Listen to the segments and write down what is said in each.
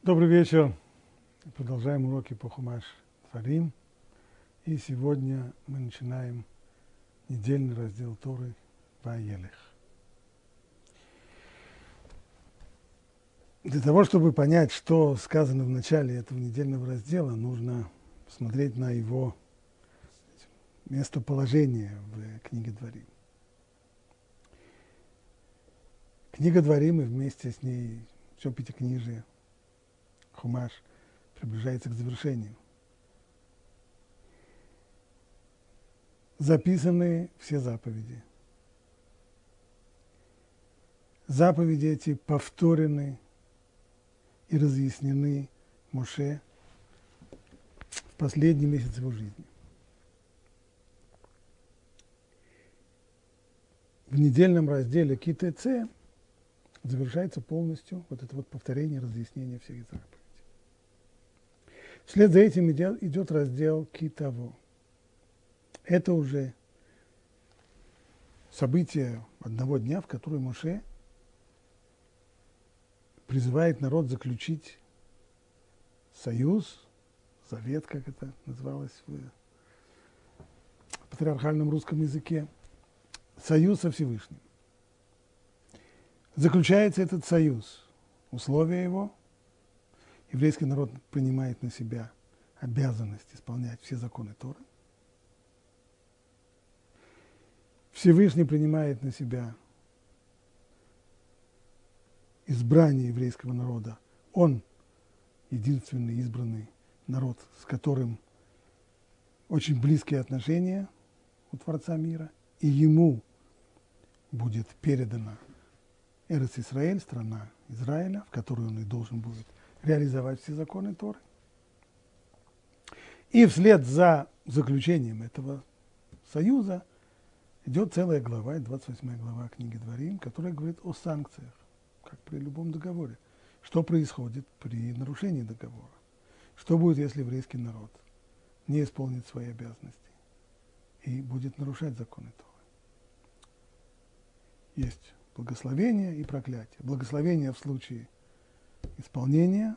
Добрый вечер. Продолжаем уроки по Хумаш Дворим. И сегодня мы начинаем недельный раздел Торы Ваелех. Для того, чтобы понять, что сказано в начале этого недельного раздела, нужно посмотреть на его местоположение в книге Дворим. Книга Дворим и вместе с ней все пятикнижие, Хумаш, приближается к завершению. Записаны все заповеди. Заповеди эти повторены и разъяснены Моше в последний месяц его жизни. В недельном разделе Ки-Тэ-Цэ завершается полностью вот это вот повторение и разъяснение всех заповедей. Вслед за этим идет раздел Ки-Таво. Это уже событие одного дня, в которое Моше призывает народ заключить союз, завет, как это называлось в патриархальном русском языке, союз со Всевышним. Заключается этот союз, условия его. Еврейский народ принимает на себя обязанность исполнять все законы Торы. Всевышний принимает на себя избрание еврейского народа. Он единственный избранный народ, с которым очень близкие отношения у Творца мира, и ему будет передана Эрец-Исраэль, страна Израиля, в которой он и должен будет реализовать все законы Торы. И вслед за заключением этого союза идет целая глава, 28 глава книги Дворим, которая говорит о санкциях, как при любом договоре. Что происходит при нарушении договора? Что будет, если еврейский народ не исполнит свои обязанности и будет нарушать законы Торы? Есть благословение и проклятие. Благословение в случае исполнения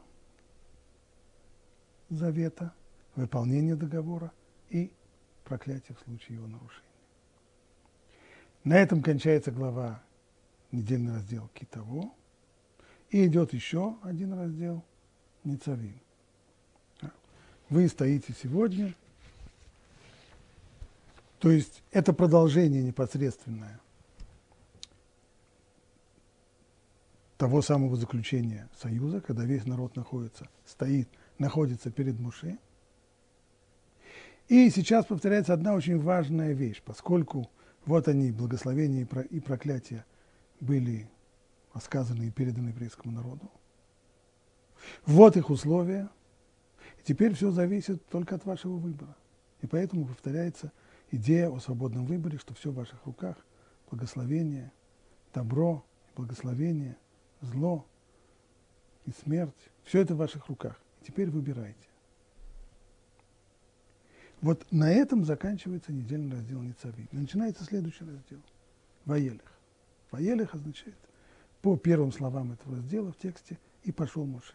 завета, выполнения договора и проклятие в случае его нарушения. На этом кончается глава, недельный раздел Ки-Таво, и идет еще один раздел Ницавим. Вы стоите сегодня, то есть это продолжение непосредственное того самого заключения союза, когда весь народ находится перед Моше. И сейчас повторяется одна очень важная вещь, поскольку вот они, благословения и проклятия, были рассказаны и переданы еврейскому народу. Вот их условия. И теперь все зависит только от вашего выбора. И поэтому повторяется идея о свободном выборе, что все в ваших руках. Благословение, добро, благословение, зло и смерть. Все это в ваших руках. И теперь выбирайте. Вот на этом заканчивается недельный раздел Ницавим. Начинается следующий раздел. Ваелех. Ваелех означает, по первым словам этого раздела в тексте, и пошел Моше.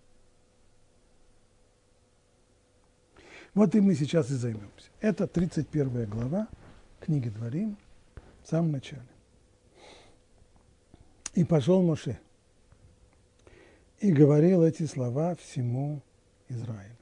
Вот и мы сейчас и займемся. Это 31 глава книги Дворим в самом начале. И пошел Моше и говорил эти слова всему Израилю.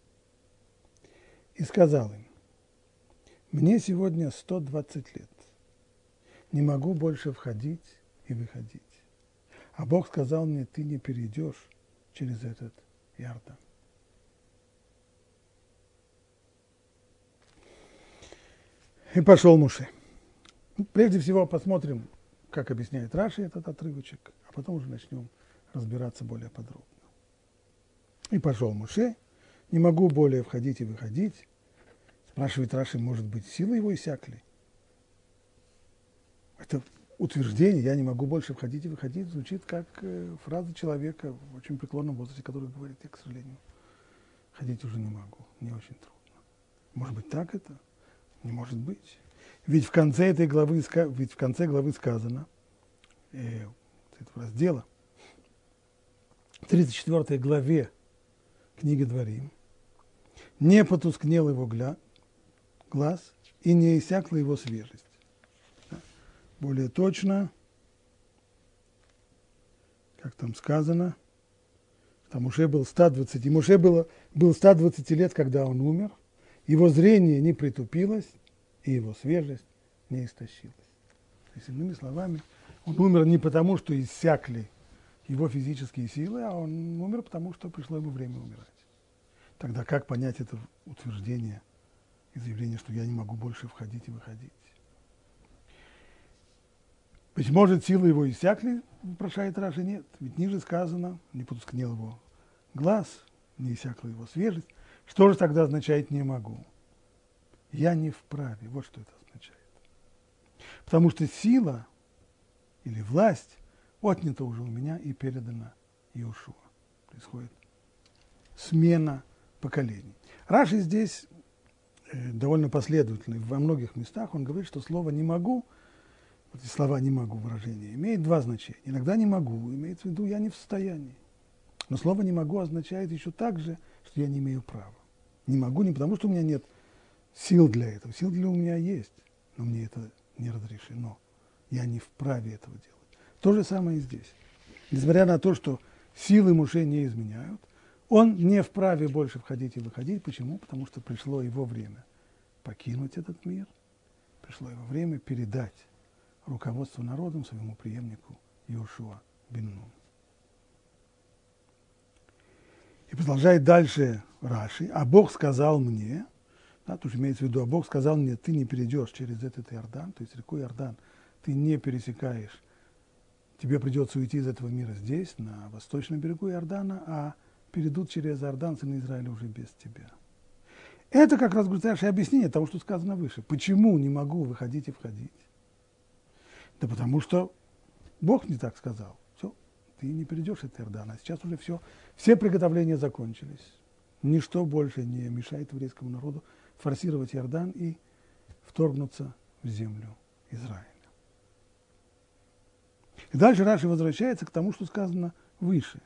И сказал им: мне сегодня 120 лет, не могу больше входить и выходить. А Бог сказал мне: ты не перейдешь через этот Иордан. И пошел Моше. Прежде всего посмотрим, как объясняет Раши этот отрывочек, а потом уже начнем разбираться более подробно. И пошел Моше, не могу более входить и выходить. Спрашивает Раши, может быть, силы его иссякли? Это утверждение, я не могу больше входить и выходить, звучит как фраза человека в очень преклонном возрасте, который говорит: я, к сожалению, ходить уже не могу, мне очень трудно. Может быть, так это? Не может быть. Ведь в конце этой главы, сказано, этого раздела, в 34 главе книги Дворим, не потускнел его глаз и не иссякла его свежесть. Более точно, как там сказано, что Моше был 120, и Моше был 120 лет, когда он умер, его зрение не притупилось, и его свежесть не истощилась. То есть, иными словами, он умер не потому, что иссякли его физические силы, а он умер потому, что пришло ему время умирать. Тогда как понять это утверждение и заявление, что я не могу больше входить и выходить? Быть может, силы его иссякли, вопрошает Раши, нет. Ведь ниже сказано, не потускнел его глаз, не иссякла его свежесть. Что же тогда означает «не могу»? Я не вправе. Вот что это означает. Потому что сила или власть отнята уже у меня и передана Иошуа. Происходит смена поколений. Раши здесь довольно последовательный. Во многих местах он говорит, что слово «не могу», эти слова «не могу» выражение, имеет два значения. Иногда «не могу» имеется в виду «я не в состоянии». Но слово «не могу» означает еще так же, что я не имею права. Не могу не потому, что у меня нет сил для этого. Сил для у меня есть, но мне это не разрешено. Я не вправе этого делать. То же самое и здесь. Несмотря на то, что силы Моше не изменяют, он не вправе больше входить и выходить. Почему? Потому что пришло его время покинуть этот мир, пришло его время передать руководство народом своему преемнику Иошуа бен Нун. И продолжает дальше Раши. А Бог сказал мне, да, тут имеется в виду, а Бог сказал мне, ты не перейдешь через этот Иордан, то есть реку Иордан, ты не пересекаешь, тебе придется уйти из этого мира здесь, на восточном берегу Иордана, а перейдут через Иордан сыны Израиля уже без тебя. Это как раз, говорит, Раши объяснение того, что сказано выше. Почему не могу выходить и входить? Да потому что Бог не так сказал. Все, ты не перейдешь от Иордана. А сейчас уже все приготовления закончились. Ничто больше не мешает еврейскому народу форсировать Иордан и вторгнуться в землю Израиля. И дальше Раши возвращается к тому, что сказано выше.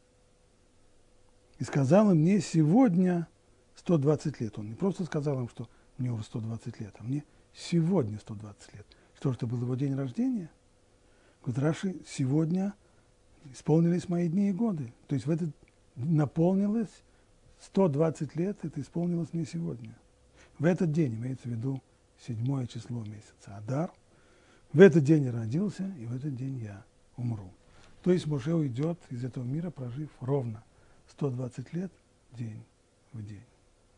И сказал им мне сегодня 120 лет. Он не просто сказал им, что мне уже 120 лет, а мне сегодня 120 лет. Что же это был его день рождения? Говорит Раши, сегодня исполнились мои дни и годы. То есть в этот наполнилось 120 лет, это исполнилось мне сегодня. В этот день, имеется в виду 7 число месяца Адар, в этот день я родился, и в этот день я умру. То есть Моше уйдет из этого мира, прожив ровно 120 лет день в день.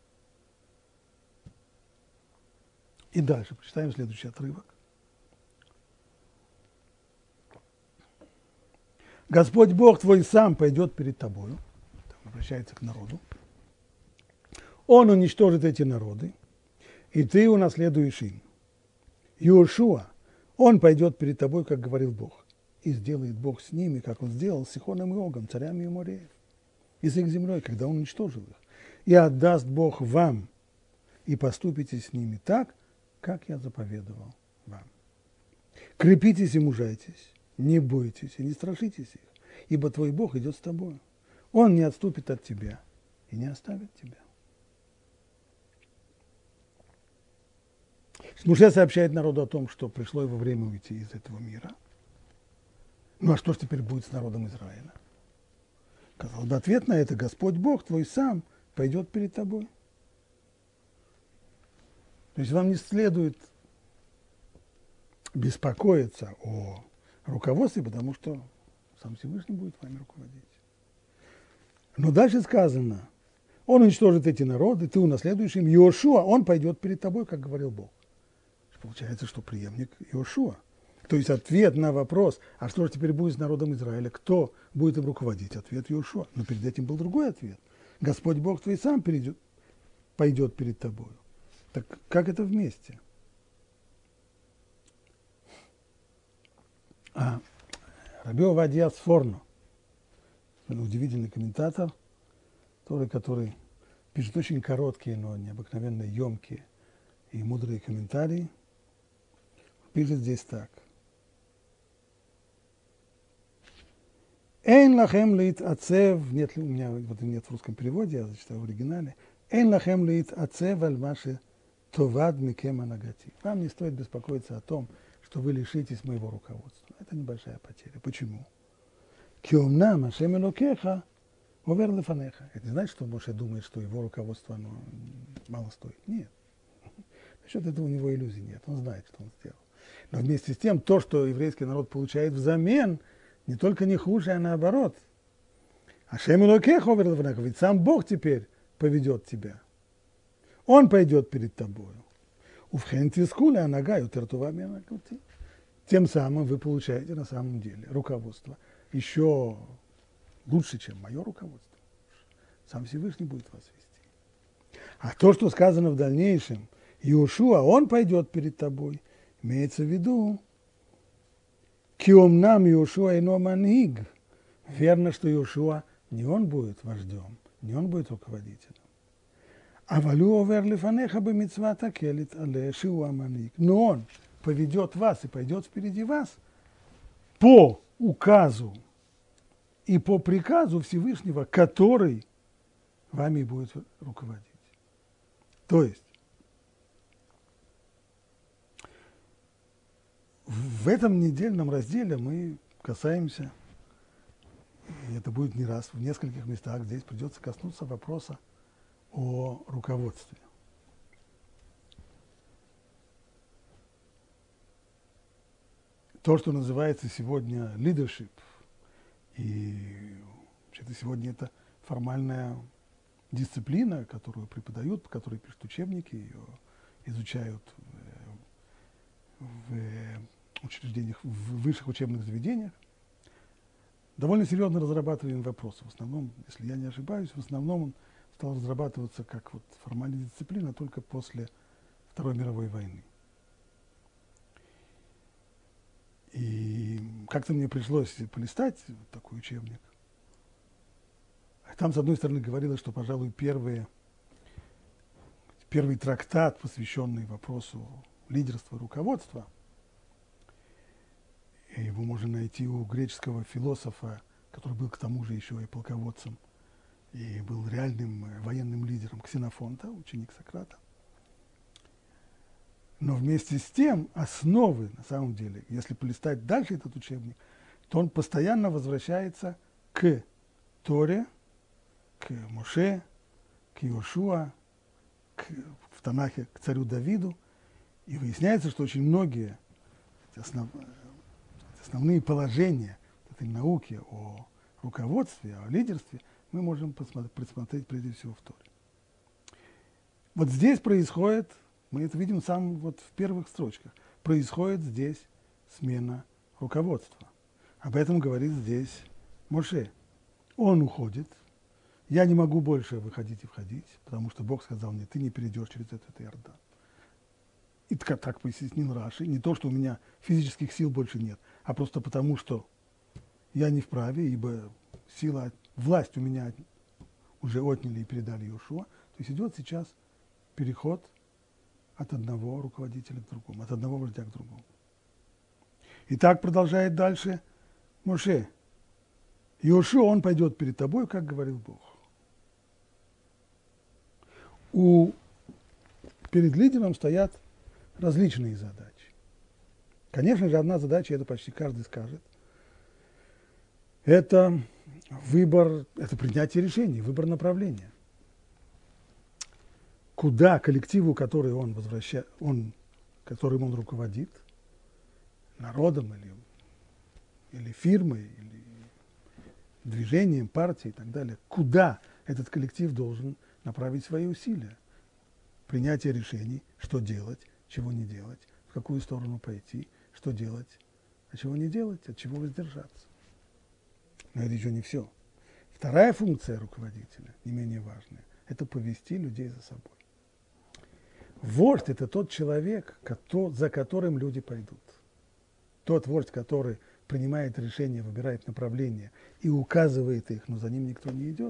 И дальше прочитаем следующий отрывок. Господь Бог твой сам пойдет перед тобою, обращается к народу, Он уничтожит эти народы, и ты унаследуешь им. Иошуа, он пойдет перед тобой, как говорил Бог, и сделает Бог с ними, как он сделал с Сихоном и Огом, царями Эмореев, и с их землей, когда он уничтожил их. И отдаст Бог вам, и поступите с ними так, как я заповедовал вам. Крепитесь и мужайтесь, не бойтесь и не страшитесь их, ибо твой Бог идет с тобой. Он не отступит от тебя и не оставит тебя. Моше сообщает народу о том, что пришло его время уйти из этого мира. Ну а что ж теперь будет с народом Израиля? Казалось бы, ответ на это: Господь Бог твой сам пойдет перед тобой. То есть вам не следует беспокоиться о руководстве, потому что сам Всевышний будет вами руководить. Но дальше сказано, он уничтожит эти народы, ты унаследуешь им. Иошуа, он пойдет перед тобой, как говорил Бог. Получается, что преемник Иошуа. То есть ответ на вопрос, а что же теперь будет с народом Израиля, кто будет им руководить? Ответ Иошуа. Но перед этим был другой ответ. Господь Бог твой сам пойдет перед тобой. Так как это вместе? Раби Овадия Сфорно, удивительный комментатор, который пишет очень короткие, но необыкновенно емкие и мудрые комментарии, пишет здесь так. Эйн лахем лит ацев, нет, у меня вот нет в русском переводе, я зачитаю в оригинале. Эйн лахем лит ацев аль маши товад микем анагати. Вам не стоит беспокоиться о том, что вы лишитесь моего руководства. Это небольшая потеря. Почему? Киомнам ашем элокеха овер лефанеха. Это не значит, что Моше думает, что его руководство оно мало стоит. Нет. Насчет этого у него иллюзий нет. Он знает, что он сделал. Но вместе с тем, то, что еврейский народ получает взамен, не только не хуже, а наоборот. Ашем элокеха овер лефанеха. Ведь сам Бог теперь поведет тебя. Он пойдет перед тобою. Увхен тискуля анага ютертува менакути. Тем самым вы получаете на самом деле руководство еще лучше, чем мое руководство. Сам Всевышний будет вас вести. А то, что сказано в дальнейшем, Иошуа, он пойдет перед тобой, имеется в виду, киомнам Иошуа ино манхиг. Верно, что Иошуа не он будет вождем, не он будет руководителем. Авалю овер лефанеха бемицват акелит але шиуа манхиг. Но он поведет вас и пойдет впереди вас по указу и по приказу Всевышнего, который вами будет руководить. То есть в этом недельном разделе мы касаемся, и это будет не раз, в нескольких местах здесь придется коснуться вопроса о руководстве. То, что называется сегодня leadership, и вообще-то сегодня это формальная дисциплина, которую преподают, которые пишут учебники, ее изучают в учреждениях, в высших учебных заведениях. Довольно серьезно разрабатываем вопросы. В основном, если я не ошибаюсь, в основном он стал разрабатываться как вот формальная дисциплина только после Второй мировой войны. И как-то мне пришлось полистать вот такой учебник. Там, с одной стороны, говорилось, что, пожалуй, первый трактат, посвященный вопросу лидерства и руководства, и его можно найти у греческого философа, который был к тому же еще и полководцем, и был реальным военным лидером, Ксенофонта, ученик Сократа. Но вместе с тем основы, на самом деле, если полистать дальше этот учебник, то он постоянно возвращается к Торе, к Моше, к Иошуа, в Танахе к царю Давиду. И выясняется, что очень многие основные положения этой науки о руководстве, о лидерстве мы можем присмотреть прежде всего в Торе. Вот здесь происходит, мы это видим вот в первых строчках, происходит здесь смена руководства. Об этом говорит здесь Моше. Он уходит. Я не могу больше выходить и входить, потому что Бог сказал мне, ты не перейдешь через этот Иордан. И так пояснил Раши, не то, что у меня физических сил больше нет, а просто потому, что я не вправе, ибо власть у меня уже отняли и передали Иошуа. То есть идет сейчас переход от одного руководителя к другому, от одного вождя к другому. И так продолжает дальше Моше. Иошуа, он пойдет перед тобой, как говорил Бог. Перед лидером стоят различные задачи. Конечно же, одна задача, это почти каждый скажет, это выбор, это принятие решений, выбор направления. Куда коллективу, который которым он руководит, народом или фирмой, или движением, партией и так далее, куда этот коллектив должен направить свои усилия. Принятие решений, что делать, чего не делать, в какую сторону пойти, что делать, а чего не делать, от чего воздержаться. Но это еще не все. Вторая функция руководителя, не менее важная, это повести людей за собой. Вождь – это тот человек, за которым люди пойдут. Тот вождь, который принимает решения, выбирает направления и указывает их, но за ним никто не идет,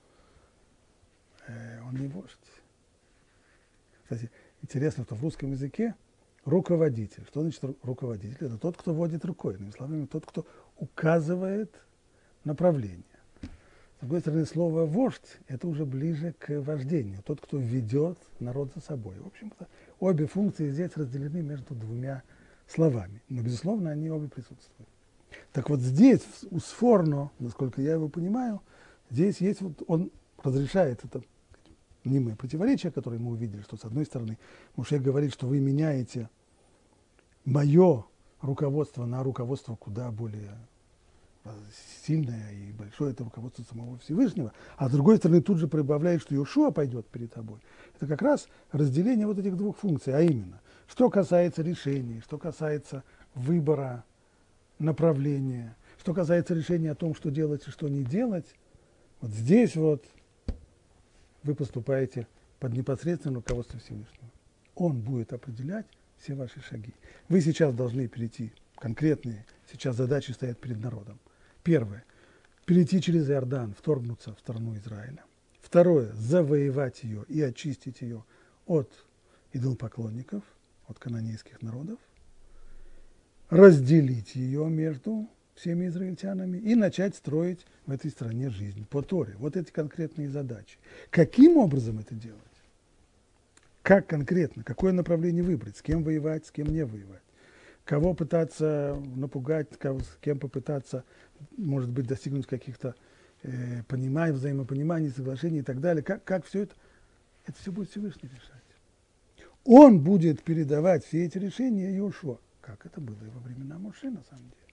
он не вождь. Кстати, интересно, что в русском языке руководитель. Что значит руководитель? Это тот, кто водит рукой. Иными словами, тот, кто указывает направление. С другой стороны, слово «вождь» – это уже ближе к вождению, тот, кто ведет народ за собой. В общем-то, обе функции здесь разделены между двумя словами, но, безусловно, они обе присутствуют. Так вот здесь, у Сфорно, насколько я его понимаю, здесь есть, вот он разрешает это мнимое противоречие, которое мы увидели, что, с одной стороны, Моше говорит, что вы меняете мое руководство на руководство куда более сильное и большое, это руководство самого Всевышнего, а с другой стороны тут же прибавляет, что Йошуа пойдет перед тобой. Это как раз разделение вот этих двух функций, а именно, что касается решений, что касается выбора направления, что касается решения о том, что делать и что не делать, вот здесь вот вы поступаете под непосредственным руководством Всевышнего. Он будет определять все ваши шаги. Вы сейчас должны перейти конкретные, сейчас задачи стоят перед народом. Первое – перейти через Иордан, вторгнуться в страну Израиля. Второе – завоевать ее и очистить ее от идолопоклонников, от кананейских народов. Разделить ее между всеми израильтянами и начать строить в этой стране жизнь по Торе. Вот эти конкретные задачи. Каким образом это делать? Как конкретно? Какое направление выбрать? С кем воевать, с кем не воевать? Кого пытаться напугать, с кем попытаться, может быть, достигнуть каких-то взаимопониманий, соглашений и так далее. Как все это? Это все будет Всевышний решать. Он будет передавать все эти решения Йошуа, как это было и во времена Моше, на самом деле.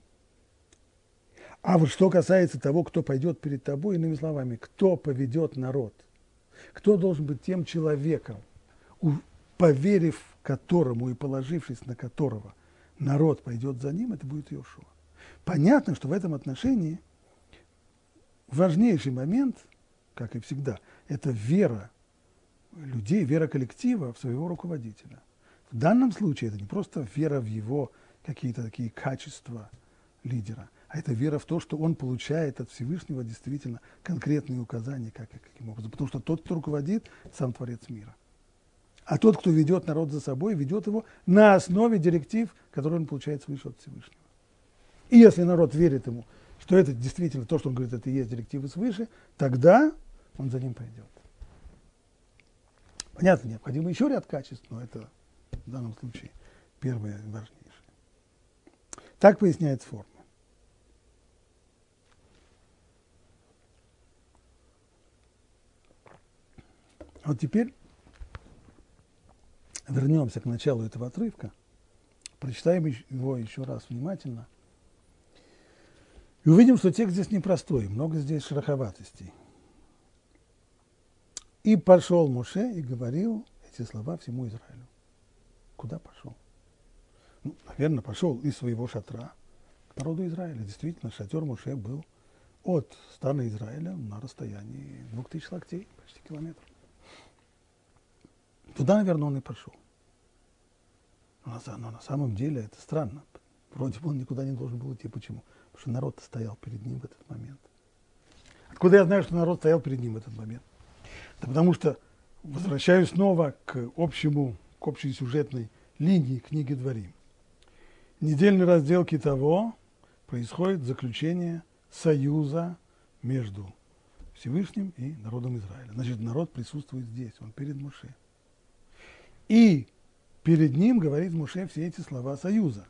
А вот что касается того, кто пойдет перед тобой, иными словами, кто поведет народ, кто должен быть тем человеком, поверив которому и положившись на которого народ пойдет за ним, это будет Йошуа. Понятно, что в этом отношении важнейший момент, как и всегда, это вера людей, вера коллектива в своего руководителя. В данном случае это не просто вера в его какие-то такие качества лидера, а это вера в то, что он получает от Всевышнего действительно конкретные указания, как и каким образом. Потому что тот, кто руководит, сам Творец мира. А тот, кто ведет народ за собой, ведет его на основе директив, которые он получает свыше от Всевышнего. И если народ верит ему, что это действительно то, что он говорит, это и есть директивы свыше, тогда он за ним пойдет. Понятно, необходимо еще ряд качеств, но это в данном случае первое и важнейшее. Так поясняется форма. Вот теперь вернемся к началу этого отрывка, прочитаем его еще раз внимательно и увидим, что текст здесь непростой, много здесь шероховатостей. «И пошел Моше и говорил эти слова всему Израилю». Куда пошел? Ну, наверное, пошел из своего шатра к народу Израиля. Действительно, шатер Моше был от стана Израиля на расстоянии 2000 локтей, почти километр. Туда, наверное, он и пошел. Но на самом деле это странно. Вроде бы он никуда не должен был идти. Почему? Потому что народ стоял перед ним в этот момент. Откуда я знаю, что народ стоял перед ним в этот момент? Да потому что возвращаюсь снова к общей сюжетной линии книги Дворим. Недельной разделке того происходит заключение союза между Всевышним и народом Израиля. Значит, народ присутствует здесь, он перед Моше. И перед ним говорит Моше все эти слова союза.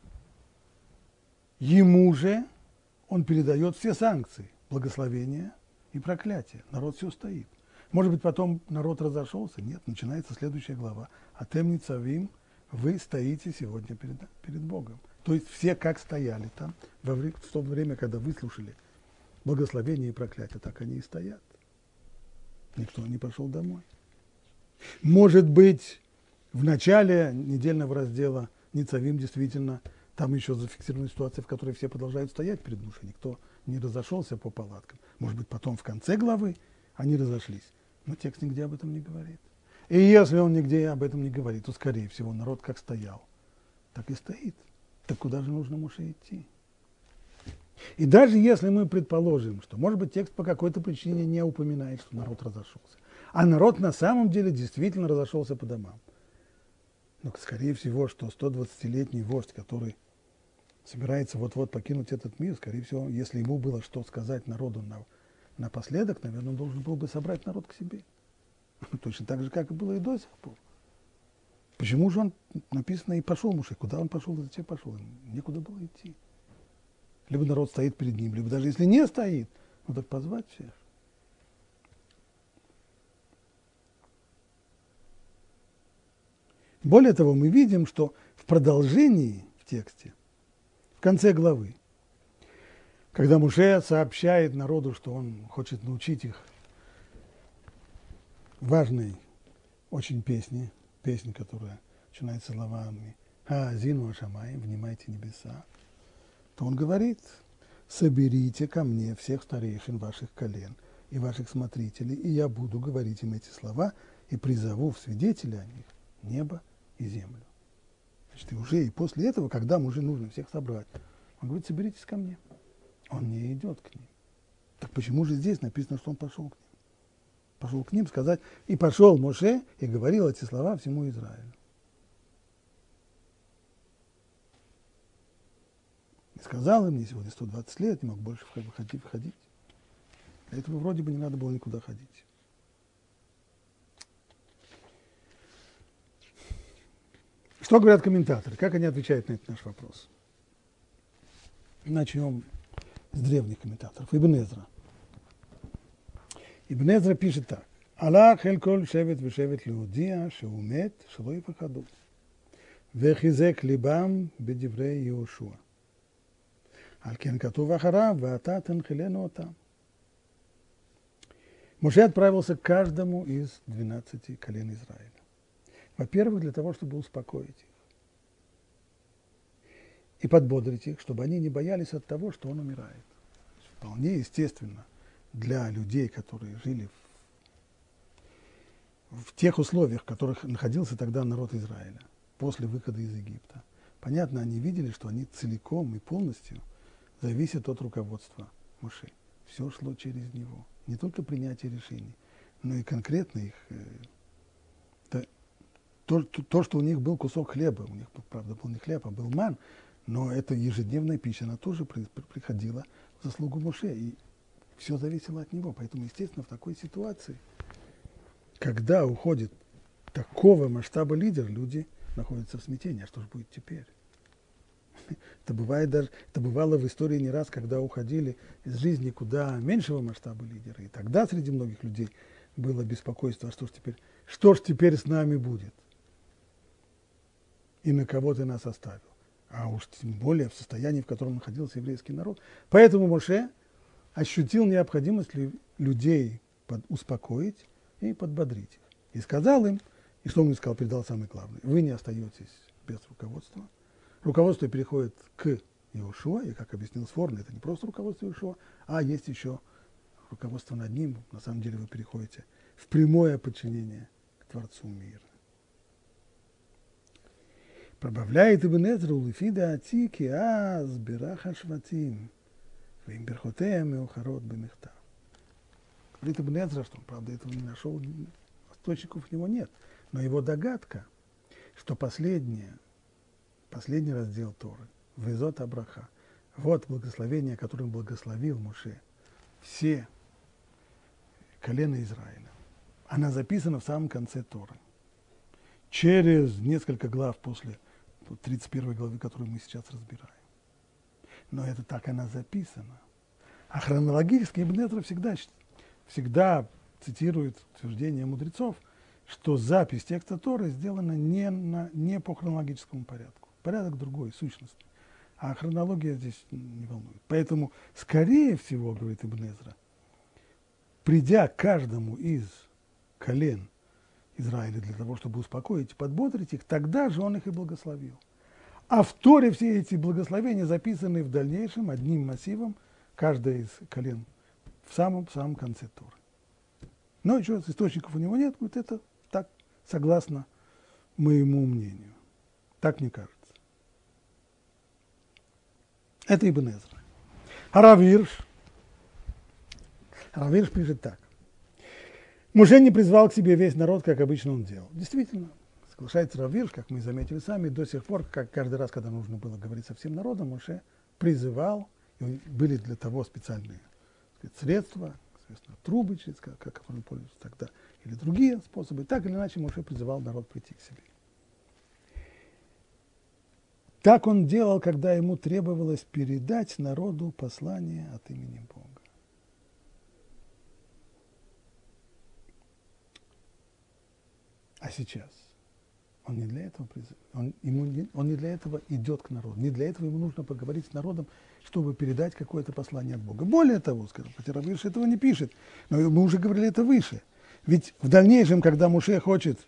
Ему же он передает все санкции, благословения и проклятия. Народ все стоит. Может быть, потом народ разошелся? Нет, начинается следующая глава. «Атем ницавим», вы стоите сегодня перед Богом. То есть все как стояли там, в то время, когда выслушали благословения и проклятия, так они и стоят. Никто не пошел домой. Может быть, в начале недельного раздела Ницавим действительно там еще зафиксирована ситуация, в которой все продолжают стоять перед Моше, никто не разошелся по палаткам. Может быть, потом в конце главы они разошлись. Но текст нигде об этом не говорит. И если он нигде об этом не говорит, то, скорее всего, народ как стоял, так и стоит. Так куда же нужно Моше идти? И даже если мы предположим, что, может быть, текст по какой-то причине не упоминает, что народ разошелся, а народ на самом деле действительно разошелся по домам, но, скорее всего, что 120-летний вождь, который собирается вот-вот покинуть этот мир, скорее всего, если ему было что сказать народу напоследок, наверное, он должен был бы собрать народ к себе. Точно так же, как и было и до сих пор. Почему же он, написано, и пошел Моше? Куда он пошел и зачем пошел? Ему некуда было идти. Либо народ стоит перед ним, либо даже если не стоит, ну так позвать всех. Более того, мы видим, что в продолжении в тексте, в конце главы, когда Моше сообщает народу, что он хочет научить их важной очень песне, которая начинается словами «Хаазину ашамаим», «Внимайте небеса», то он говорит: «Соберите ко мне всех старейшин ваших колен и ваших смотрителей, и я буду говорить им эти слова, и призову в свидетели о них небо и землю». Значит, и уже и после этого, когда уже нужно всех собрать, он говорит: «Соберитесь ко мне». Он не идет к ним. Так почему же здесь написано, что он пошел к ним? Пошел к ним сказать: «И пошел Моше и говорил эти слова всему Израилю». И сказал им: «Мне сегодня 120 лет, не мог больше выходить». Для этого вроде бы не надо было никуда ходить. Что говорят комментаторы? Как они отвечают на этот наш вопрос? Начнем с древних комментаторов. Ибн Эзра. Ибн Эзра пишет так: «Алах эль коль шевет вешевет леудия шеумет шело יפחדו וחיזק ליבם בדברי יהושע. על כן כתוב אחריו ואתה תנחילנו אותם». Моше отправился к каждому из 12 колен Израиля. Во-первых, для того, чтобы успокоить их и подбодрить их, чтобы они не боялись от того, что он умирает. Вполне естественно для людей, которые жили в тех условиях, в которых находился тогда народ Израиля после выхода из Египта. Понятно, они видели, что они целиком и полностью зависят от руководства Моше. Все шло через него. Не только принятие решений, но и конкретно их то, что у них был кусок хлеба, у них, правда, был не хлеб, а был ман, но это ежедневная пища, она тоже приходила в заслугу Моше, и все зависело от него. Поэтому, естественно, в такой ситуации, когда уходит такого масштаба лидер, люди находятся в смятении. А что же будет теперь? Это бывало в истории не раз, когда уходили из жизни куда меньшего масштаба лидера. И тогда среди многих людей было беспокойство: а что ж теперь с нами будет? И на кого ты нас оставил? А уж тем более в состоянии, в котором находился еврейский народ. Поэтому Моше ощутил необходимость людей успокоить и подбодрить их. И сказал им, и что он им сказал, передал самое главное: вы не остаетесь без руководства. Руководство переходит к Иошуа, и, как объяснил Сфорно, это не просто руководство Иошуа, а есть еще руководство над ним. На самом деле вы переходите в прямое подчинение к Творцу мира. Пробавляет Ибн Эзра: «Улефи даати ки аз бираха шватим, веим берхотеем меухарот бемехтав». Говорит Ибн Эзра, что он, правда, этого не нашел, источников у него нет, но его догадка, что последний раздел Торы, Везот Абраха, вот благословение, которым благословил Моше все колена Израиля, она записана в самом конце Торы. Через несколько глав после 31 главы, которую мы сейчас разбираем. Но это так она записана. А хронологически Ибн Эзра всегда цитирует утверждение мудрецов, что запись текста Торы сделана не по хронологическому порядку. Порядок другой, сущностный. А хронология здесь не волнует. Поэтому, скорее всего, говорит Ибн Эзра, придя к каждому из колен Израиля для того, чтобы успокоить и подбодрить их, тогда же он их и благословил. А в Торе все эти благословения записаны в дальнейшем одним массивом, каждое из колен, в самом конце Торы. Но еще раз, источников у него нет, вот это так, согласно моему мнению. Так мне кажется. Это Ибн Эзра. Рав Ирш пишет так: Моше не призвал к себе весь народ, как обычно он делал. Действительно, Соглашается Рав Вирш, как мы заметили сами, до сих пор, как каждый раз, когда нужно было говорить со всем народом, Моше призывал, и были для того специальные, так сказать, средства, соответственно, трубы, которыми пользовались тогда, или другие способы. Так или иначе Моше призывал народ прийти к себе. Так он делал, когда ему требовалось передать народу послание от имени Бога. А сейчас он не для этого он не для этого идет к народу, не для этого ему нужно поговорить с народом, чтобы передать какое-то послание от Бога. Более того, скажем, хотя Рав Вирш этого не пишет, но мы уже говорили это выше. Ведь в дальнейшем, когда Моше хочет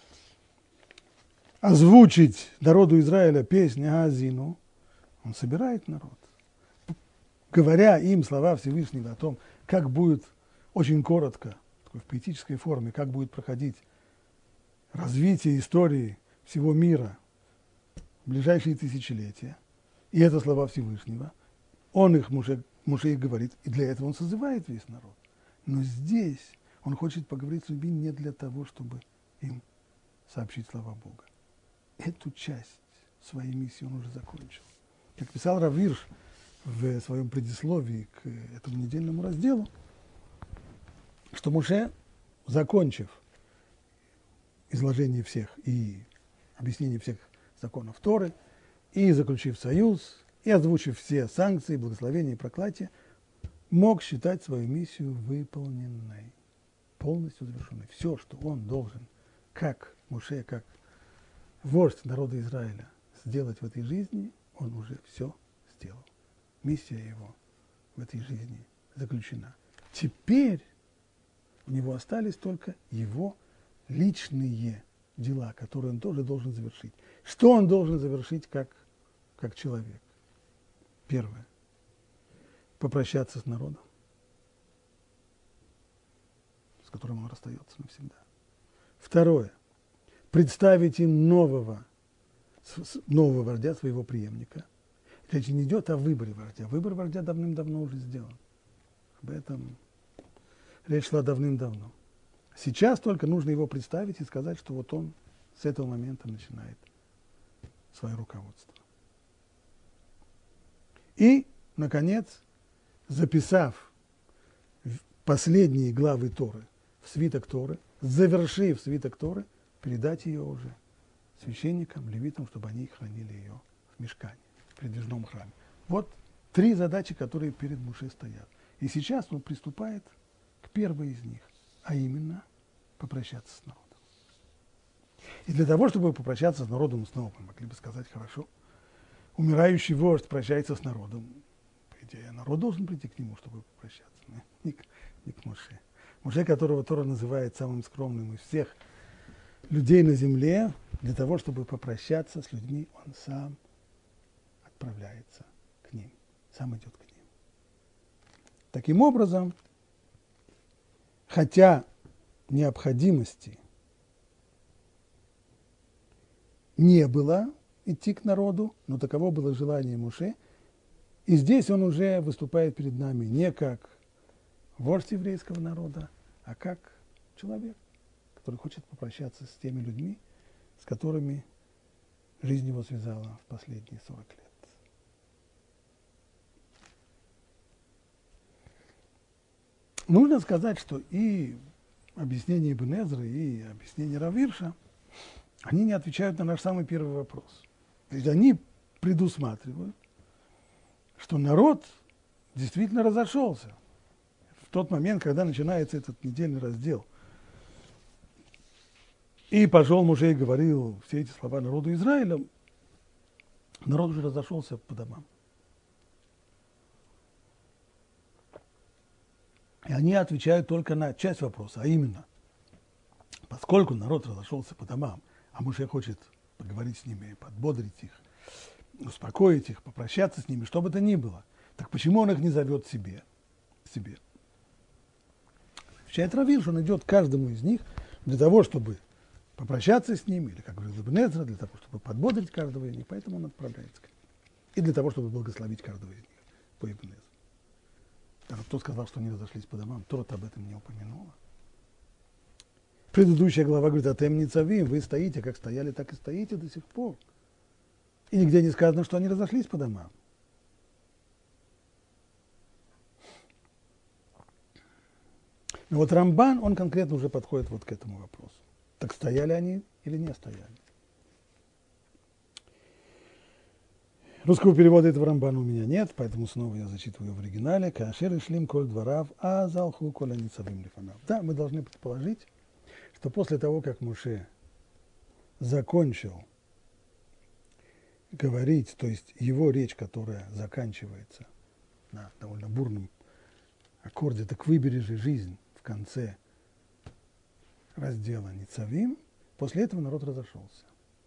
озвучить народу Израиля песнь Аазину, он собирает народ, говоря им слова Всевышнего о том, как будет, очень коротко, в поэтической форме, как будет проходить развитие истории всего мира в ближайшие тысячелетия. И это слова Всевышнего. Он их, Моше их говорит, и для этого он созывает весь народ. Но здесь он хочет поговорить с людьми не для того, чтобы им сообщить слова Бога. Эту часть своей миссии он уже закончил. Как писал Рав Вирш в своем предисловии к этому недельному разделу, что Моше, закончив изложение всех и объяснение всех законов Торы, и заключив союз, и озвучив все санкции, благословения и проклятия, мог считать свою миссию выполненной, полностью завершенной. Все, что он должен, как Моше, как вождь народа Израиля, сделать в этой жизни, он уже все сделал. Миссия его в этой жизни заключена. Теперь у него остались только его личные дела, которые он тоже должен завершить. Что он должен завершить как человек? Первое. Попрощаться с народом, с которым он расстается навсегда. Второе. Представить им нового вождя, своего преемника. Речь не идет о выборе вождя. Выбор вождя давным-давно уже сделан. Об этом речь шла давным-давно. Сейчас только нужно его представить и сказать, что вот он с этого момента начинает свое руководство. И, наконец, записав последние главы Торы в свиток Торы, завершив свиток Торы, передать ее уже священникам, левитам, чтобы они хранили ее в мишкане, в передвижном храме. Вот три задачи, которые перед Моше стоят. И сейчас он приступает к первой из них, а именно попрощаться с народом. И для того, чтобы попрощаться с народом снова, мы могли бы сказать, хорошо, умирающий вождь прощается с народом. По идее, народ должен прийти к нему, чтобы попрощаться. Не к Моше. Моше, которого Тора называет самым скромным из всех людей на земле, для того, чтобы попрощаться с людьми, он сам отправляется к ним, сам идет к ним. Таким образом, хотя необходимости не было идти к народу, но таково было желание Моше, и здесь он уже выступает перед нами не как вождь еврейского народа, а как человек, который хочет попрощаться с теми людьми, с которыми жизнь его связала в последние 40 лет. Нужно сказать, что и объяснение Ибн Эзры, и объяснение Рав Вирша, они не отвечают на наш самый первый вопрос. То есть они предусматривают, что народ действительно разошелся в тот момент, когда начинается этот недельный раздел. И пошел Моше и говорил все эти слова народу Израиля, народ уже разошелся по домам. И они отвечают только на часть вопроса, а именно, поскольку народ разошелся по домам, а Моше хочет поговорить с ними, подбодрить их, успокоить их, попрощаться с ними, что бы то ни было, так почему он их не зовет себе? Отвечает Рав Вирш, он идет к каждому из них для того, чтобы попрощаться с ними, или, как говорил Ибн Эзра, для того, чтобы подбодрить каждого из них, поэтому он отправляется к ним. И для того, чтобы благословить каждого из них по Ибн Эзру. Кто сказал, что они разошлись по домам, Тора об этом не упомянула. Предыдущая глава говорит, атем ницавим, вы стоите, как стояли, так и стоите до сих пор. И нигде не сказано, что они разошлись по домам. Но вот Рамбан, он конкретно уже подходит вот к этому вопросу. Так стояли они или не стояли? Русского перевода этого Рамбана у меня нет, поэтому снова я зачитываю в оригинале. Кашер и шлим коль дворав, а залху коль аницавим лифанав. Да, мы должны предположить, что после того, как Моше закончил говорить, то есть его речь, которая заканчивается на довольно бурном аккорде, так выбери же жизнь в конце раздела Ницавим, после этого народ разошелся.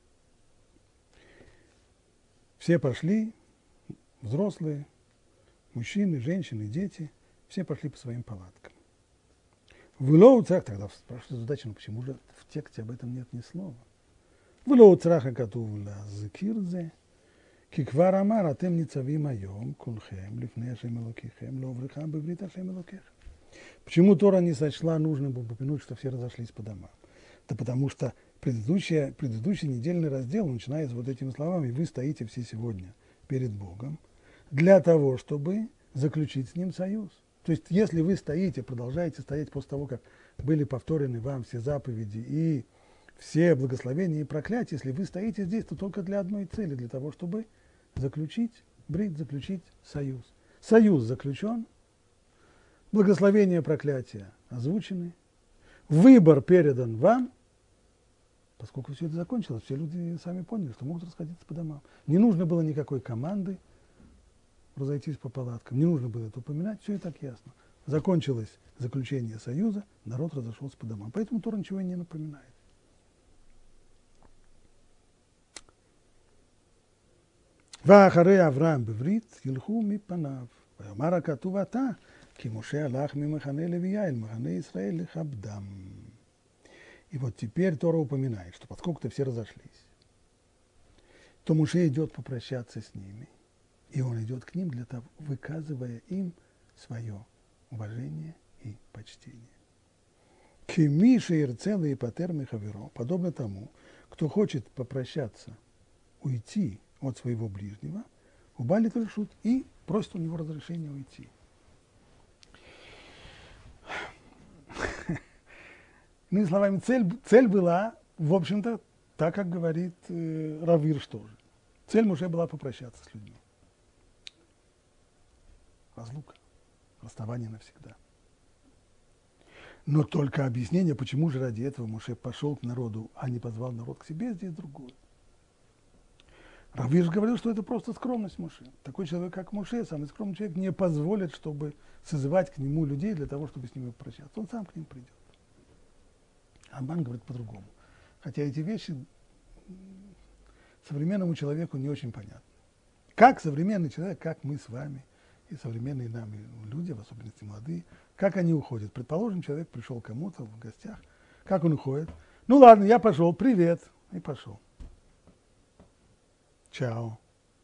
Все пошли, взрослые, мужчины, женщины, дети, все пошли по своим палаткам. В Илоу Црах, тогда спрашивают задачу, ну почему же в тексте об этом нет ни слова? В Илоу Цраха катувла зикирзе, киквар амар атем ницавим айом, кулхем, лифне ашем элокихем, ловрихам беврит ашем элокех. Почему Тора не сочла нужным упомянуть, что все разошлись по домам? Да потому что предыдущий недельный раздел начинается вот этими словами: вы стоите все сегодня перед Богом для того, чтобы заключить с Ним союз. То есть, если вы стоите, продолжаете стоять после того, как были повторены вам все заповеди и все благословения и проклятия, если вы стоите здесь, то только для одной цели, для того, чтобы заключить брит, заключить союз. Союз заключен, благословения, проклятия озвучены, выбор передан вам, поскольку все это закончилось, все люди сами поняли, что могут расходиться по домам. Не нужно было никакой команды разойтись по палаткам, не нужно было это упоминать, все и так ясно. Закончилось заключение союза, народ разошелся по домам. Поэтому Тора ничего и не напоминает. ואחרי אברהם בברית ילכו מפניו, ויאמר הכתוב עתה, כי משה הלך ממחנה לוויה אל מחנה ישראל לכבדם. И вот теперь Тора упоминает, что поскольку-то все разошлись, то Моше идет попрощаться с ними, и он идет к ним, для того, выказывая им свое уважение и почтение. Кемиша ирцела и патер михаверо, подобно тому, кто хочет попрощаться, уйти от своего ближнего, убалит решут и просит у него разрешения уйти. Иными словами, цель была, в общем-то, так, как говорит Рав Ирш тоже. Цель Моше была попрощаться с людьми. Разлука, расставание навсегда. Но только объяснение, почему же ради этого Моше пошел к народу, а не позвал народ к себе, здесь другое. Рав Ирш говорил, что это просто скромность Моше. Такой человек, как Моше, самый скромный человек, не позволит, чтобы созывать к нему людей для того, чтобы с ними попрощаться. Он сам к ним придет. Рамбан говорит по-другому. Хотя эти вещи современному человеку не очень понятны. Как современный человек, как мы с вами, и современные нами люди, в особенности молодые, как они уходят? Предположим, человек пришел кому-то в гостях, как он уходит? Ну ладно, я пошел, привет, и пошел. Чао.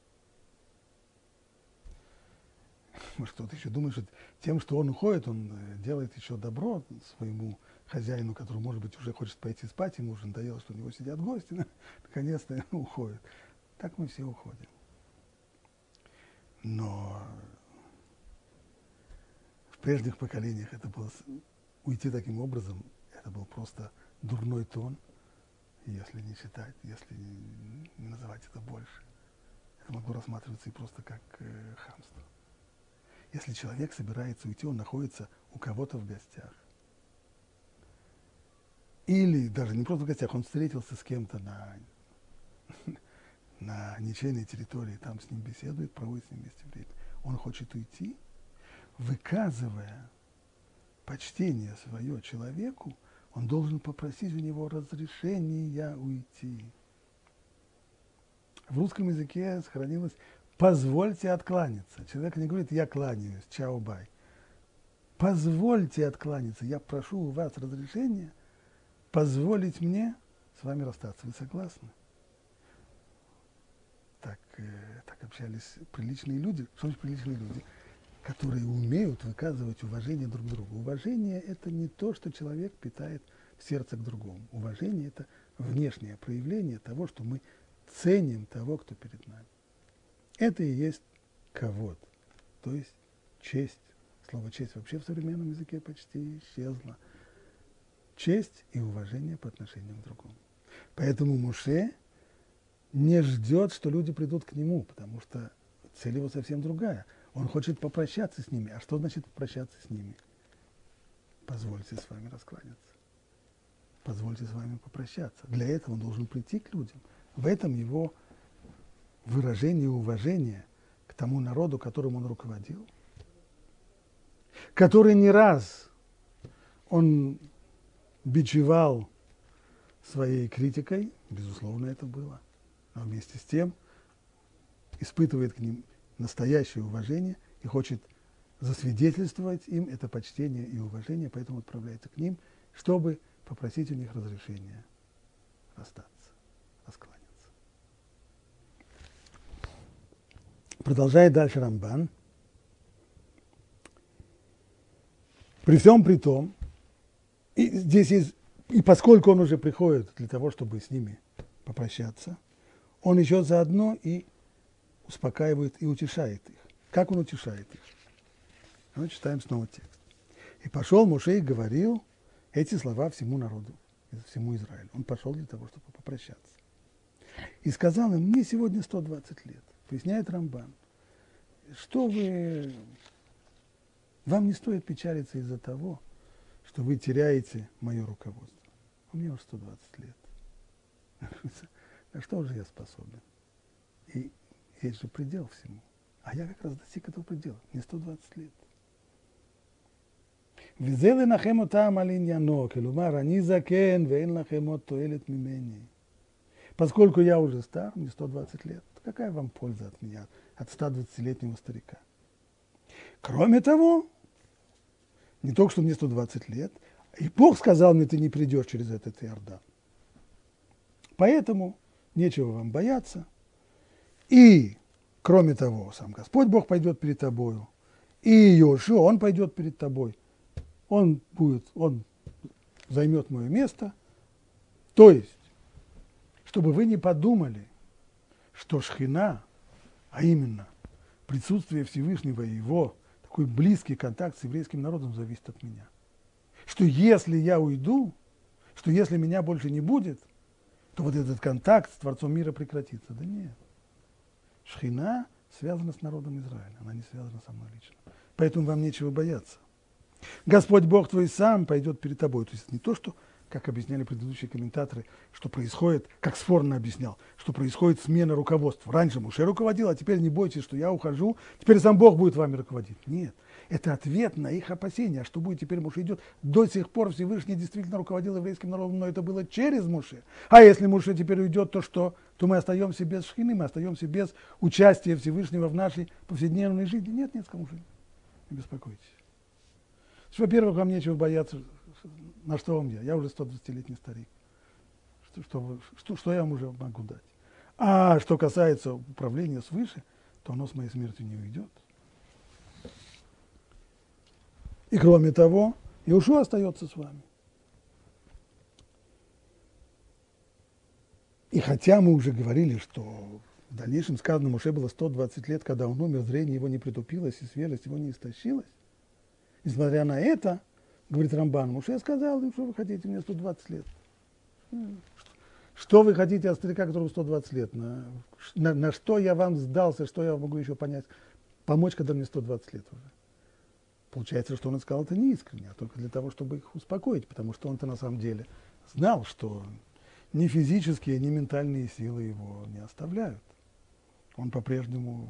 Может, кто-то еще думает, что тем, что он уходит, он делает еще добро своему хозяину, который, может быть, уже хочет пойти спать, ему уже надоело, что у него сидят гости, наконец-то уходит. Так мы все уходим. Но в прежних поколениях это было уйти таким образом, это был просто дурной тон, если не считать, если не называть это больше. Это могло рассматриваться и просто как хамство. Если человек собирается уйти, он находится у кого-то в гостях. Или даже не просто в гостях, он встретился с кем-то на ничейной территории, там с ним беседует, проводит с ним вместе время. Он хочет уйти, выказывая почтение свое человеку, он должен попросить у него разрешения уйти. В русском языке сохранилось «позвольте откланяться». Человек не говорит «я кланяюсь, чао, бай». Позвольте откланяться, я прошу у вас разрешения позволить мне с вами расстаться. Вы согласны? Так общались приличные люди. Что значит приличные люди? Которые умеют выказывать уважение друг к другу. Уважение – это не то, что человек питает сердца к другому. Уважение – это внешнее проявление того, что мы ценим того, кто перед нами. Это и есть кавод, то есть честь. Слово «честь» вообще в современном языке почти исчезло. Честь и уважение по отношению к другому. Поэтому Моше не ждет, что люди придут к нему, потому что цель его совсем другая. Он хочет попрощаться с ними. А что значит попрощаться с ними? Позвольте с вами раскланяться. Позвольте с вами попрощаться. Для этого он должен прийти к людям. В этом его выражение уважения к тому народу, которым он руководил, который не раз он бичевал своей критикой, безусловно, это было, но вместе с тем испытывает к ним настоящее уважение и хочет засвидетельствовать им это почтение и уважение, поэтому отправляется к ним, чтобы попросить у них разрешения расстаться, раскланяться. Продолжает дальше Рамбан. При всем при том, и здесь есть, и поскольку он уже приходит для того, чтобы с ними попрощаться, он еще заодно и успокаивает и утешает их. Как он утешает их? Мы читаем снова текст. «И пошел Моше и говорил эти слова всему народу, всему Израилю». Он пошел для того, чтобы попрощаться. И сказал им: мне сегодня 120 лет. Поясняет Рамбан, что вам не стоит печалиться из-за того, что вы теряете мое руководство. У меня уже 120 лет. На что же я способен? И есть же предел всему. А я как раз достиг этого предела. Мне 120 лет. וזה לנחם אותם על עניינו, כלומר, אני זקן ואין לכם עוד תועלת ממני. Поскольку я уже стар, мне 120 лет, какая вам польза от меня, от 120-летнего старика? Кроме того, не только что мне 120 лет, и Бог сказал мне, ты не придешь через этот Иордан. Поэтому нечего вам бояться. И, кроме того, сам Господь Бог пойдет перед тобою, и Йошуа, он пойдет перед тобой. Он займет мое место. То есть, чтобы вы не подумали, что Шхина, а именно присутствие Всевышнего и его такой близкий контакт с еврейским народом зависит от меня. Что если я уйду, что если меня больше не будет, то вот этот контакт с Творцом мира прекратится. Да нет. Шхина связана с народом Израиля, она не связана со мной лично. Поэтому вам нечего бояться. Господь Бог твой сам пойдет перед тобой. То есть не то, что, как объясняли предыдущие комментаторы, что происходит, как Сфорно объяснял, что происходит смена руководства. Раньше Моше руководил, а теперь не бойтесь, что я ухожу, теперь сам Бог будет вами руководить. Нет, это ответ на их опасения. А что будет теперь? Моше идет. До сих пор Всевышний действительно руководил еврейским народом, но это было через Моше. А если Моше теперь уйдет, то что? То мы остаемся без Шхины, мы остаемся без участия Всевышнего в нашей повседневной жизни. Нет, скажу, не беспокойтесь. Во-первых, вам нечего бояться, на что вам я уже 120-летний старик. Что я вам уже могу дать? А что касается управления свыше, то оно с моей смертью не уйдет. И кроме того, Йошуа остается с вами. И хотя мы уже говорили, что в дальнейшем сказано, Моше было 120 лет, когда он умер, зрение его не притупилось и свежесть его не истощилась. Несмотря на это, говорит Рамбан, Моше сказал, что вы хотите, мне 120 лет. Что вы хотите от старика, которому 120 лет? На что я вам сдался, что я могу еще понять, помочь, когда мне 120 лет уже? Получается, что он сказал это не искренне, а только для того, чтобы их успокоить, потому что он-то на самом деле знал, что ни физические, ни ментальные силы его не оставляют. Он по-прежнему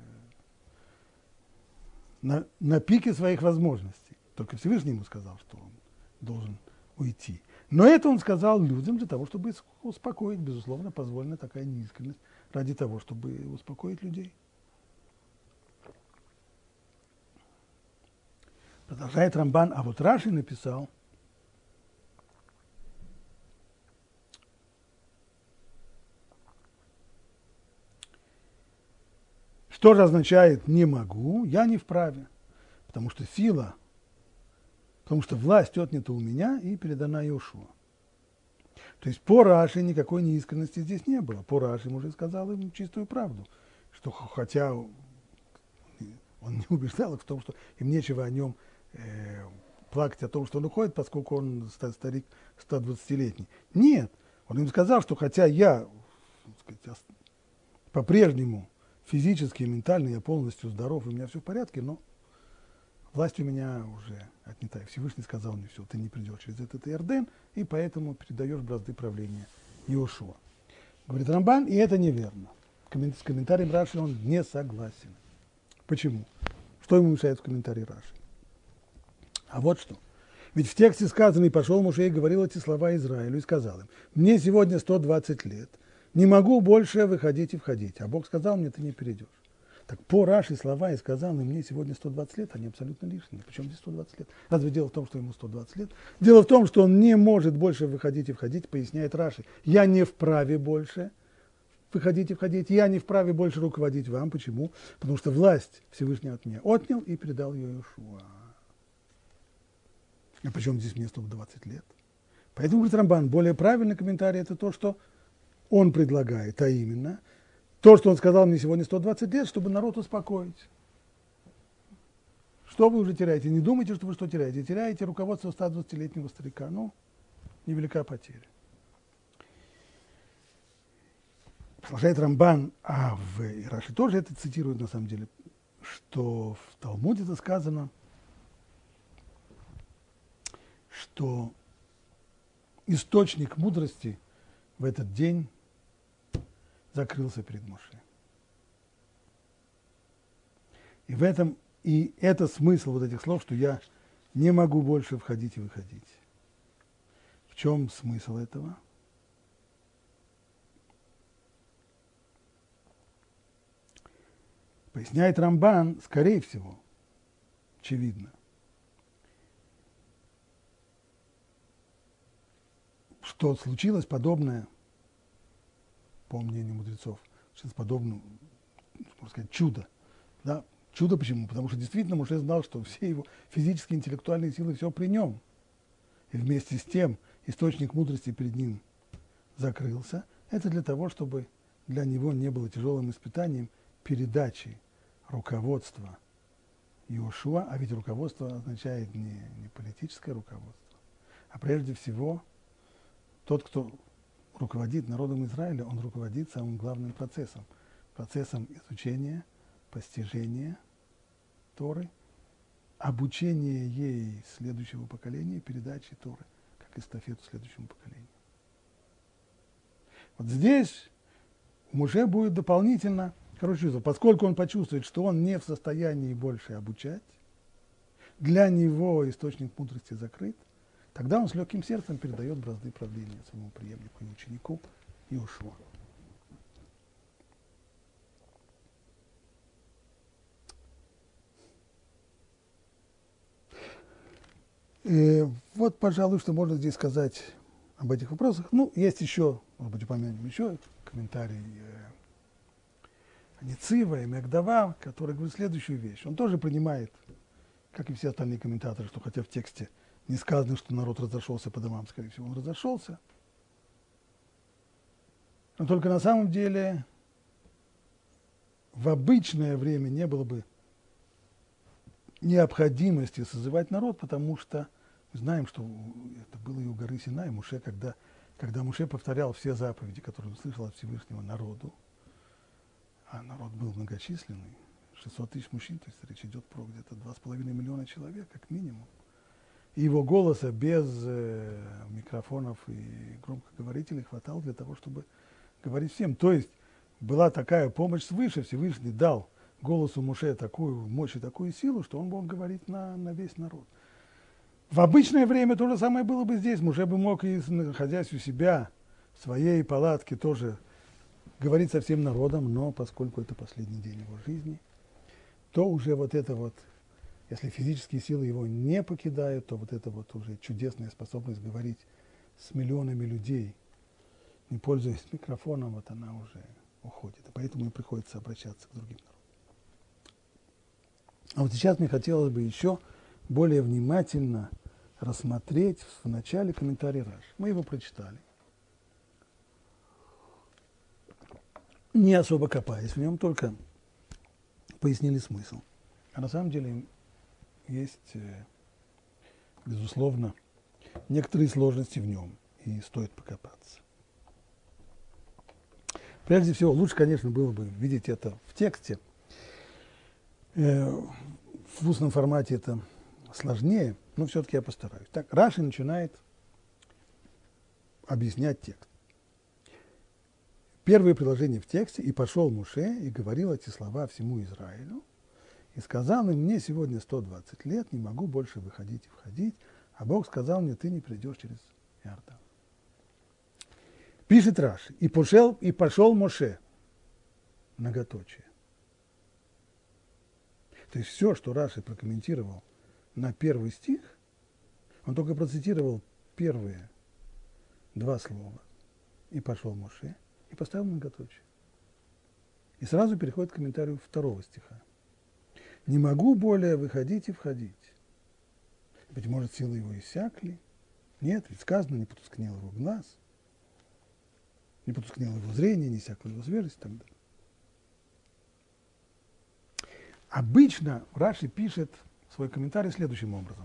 на пике своих возможностей. Только Всевышний ему сказал, что он должен уйти. Но это он сказал людям для того, чтобы их успокоить. Безусловно, позволена такая неискренность ради того, чтобы успокоить людей. Продолжает Рамбан, а вот Раши написал, что же означает «не могу», «я не вправе», потому что сила Потому что власть отнята у меня и передана Иошуа. То есть по Раши никакой неискренности здесь не было. По Раши ему уже сказал им чистую правду, что хотя он не убеждал их в том, что им нечего о нем плакать о том, что он уходит, поскольку он старик 120-летний. Нет, он им сказал, что хотя я, так сказать, по-прежнему физически и ментально я полностью здоров, и у меня все в порядке, но власть у меня уже отнята. И Всевышний сказал мне: все, ты не придешь через этот Иорден, и поэтому передаешь бразды правления Иошуа. Говорит Рамбан, и это неверно. С комментарием Раши он не согласен. Почему? Что ему мешает в комментарии Раши? А вот что. Ведь в тексте сказано: «И пошел Моше и говорил эти слова Израилю, и сказал им: мне сегодня 120 лет, не могу больше выходить и входить, а Бог сказал мне: ты не перейдешь». Так по Раши слова «и сказал им: мне сегодня 120 лет», они абсолютно лишние. Причем здесь 120 лет? Разве дело в том, что ему 120 лет? Дело в том, что он не может больше выходить и входить, поясняет Раши. Я не вправе больше выходить и входить, я не вправе больше руководить вам. Почему? Потому что власть Всевышний от меня отнял и передал ее Иошуа. А причем здесь мне 120 лет? Поэтому, говорит Рамбан, более правильный комментарий – это то, что он предлагает, а именно то, что он сказал мне сегодня 120 лет, чтобы народ успокоить. Что вы уже теряете? Не думайте, что вы что теряете. Теряете руководство 120-летнего старика. Ну, невелика потеря. Продолжает Рамбан, а в Раши тоже это цитируют на самом деле, что в Талмуде это сказано, что источник мудрости в этот день закрылся перед Моше. И это смысл вот этих слов, что я не могу больше входить и выходить. В чем смысл этого? Поясняет Рамбан, скорее всего, очевидно, что случилось подобное, по мнению мудрецов, случилось подобное, можно сказать, чудо. Да? Чудо почему? Потому что действительно Моше знал, что все его физические, интеллектуальные силы, все при нем. И вместе с тем источник мудрости перед ним закрылся. Это для того, чтобы для него не было тяжелым испытанием передачи руководства Иошуа, а ведь руководство означает не политическое руководство, а прежде всего тот, кто руководит народом Израиля, он руководит самым главным процессом изучения, постижения Торы, обучения ей следующего поколения, передачи Торы, как эстафету следующему поколению. Вот здесь у Моше будет дополнительно хорошее чувство, поскольку он почувствует, что он не в состоянии больше обучать, для него источник мудрости закрыт, тогда он с легким сердцем передает бразды правления своему преемнику и ученику Иошуа. И вот, пожалуй, что можно здесь сказать об этих вопросах. Ну, есть еще, может быть, упомянем еще комментарий Нецива и Мегдава, который говорит следующую вещь. Он тоже принимает, как и все остальные комментаторы, что хотя в тексте не сказано, что народ разошелся по домам, скорее всего, он разошелся. Но только на самом деле в обычное время не было бы необходимости созывать народ, потому что мы знаем, что это было и у горы Синай, Моше, когда Моше повторял все заповеди, которые он слышал от Всевышнего народу, а народ был многочисленный, 600 тысяч мужчин, то есть речь идет про где-то 2,5 миллиона человек, как минимум. И его голоса без микрофонов и громкоговорителей хватало для того, чтобы говорить всем. То есть была такая помощь свыше, Всевышний дал голосу Моше такую мощь и такую силу, что он мог говорить на весь народ. В обычное время то же самое было бы здесь. Моше бы мог, и находясь у себя в своей палатке, тоже говорить со всем народом, но поскольку это последний день его жизни, то уже вот это вот, если физические силы его не покидают, то вот эта вот уже чудесная способность говорить с миллионами людей, не пользуясь микрофоном, вот она уже уходит. И поэтому и приходится обращаться к другим народам. А вот сейчас мне хотелось бы еще более внимательно рассмотреть в начале комментарий Раши. Мы его прочитали, не особо копаясь в нем, только пояснили смысл. А на самом деле есть, безусловно, некоторые сложности в нем, и стоит покопаться. Прежде всего, лучше, конечно, было бы видеть это в тексте. В устном формате это сложнее, но все-таки я постараюсь. Так, Раши начинает объяснять текст. Первое предложение в тексте: «И пошел Моше и говорил эти слова всему Израилю, и сказал им: мне сегодня 120 лет, не могу больше выходить и входить, а Бог сказал мне: ты не придешь через Иордан». Пишет Раши: и пошел Моше, многоточие. То есть все, что Раши прокомментировал на первый стих, он только процитировал первые два слова: и пошел Моше, и поставил многоточие. И сразу переходит к комментарию второго стиха: не могу более выходить и входить. Быть может, силы его иссякли? Нет, ведь сказано: не потускнел его глаз, не потускнело его зрение, не иссякла его свежесть и так далее. Обычно Раши пишет свой комментарий следующим образом.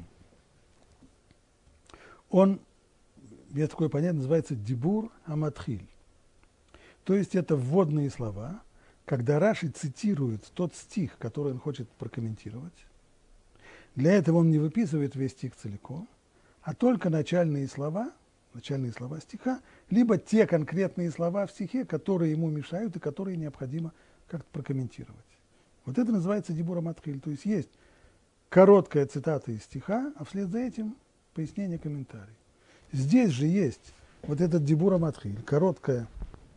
Есть такое понятие, называется дибур аматхиль. То есть это вводные слова, когда Раши цитирует тот стих, который он хочет прокомментировать. Для этого он не выписывает весь стих целиком, а только начальные слова стиха, либо те конкретные слова в стихе, которые ему мешают и которые необходимо как-то прокомментировать. Вот это называется дибур аматхиль. То есть короткая цитата из стиха, а вслед за этим пояснение, комментарий. Здесь же есть вот этот дибур аматхиль, короткое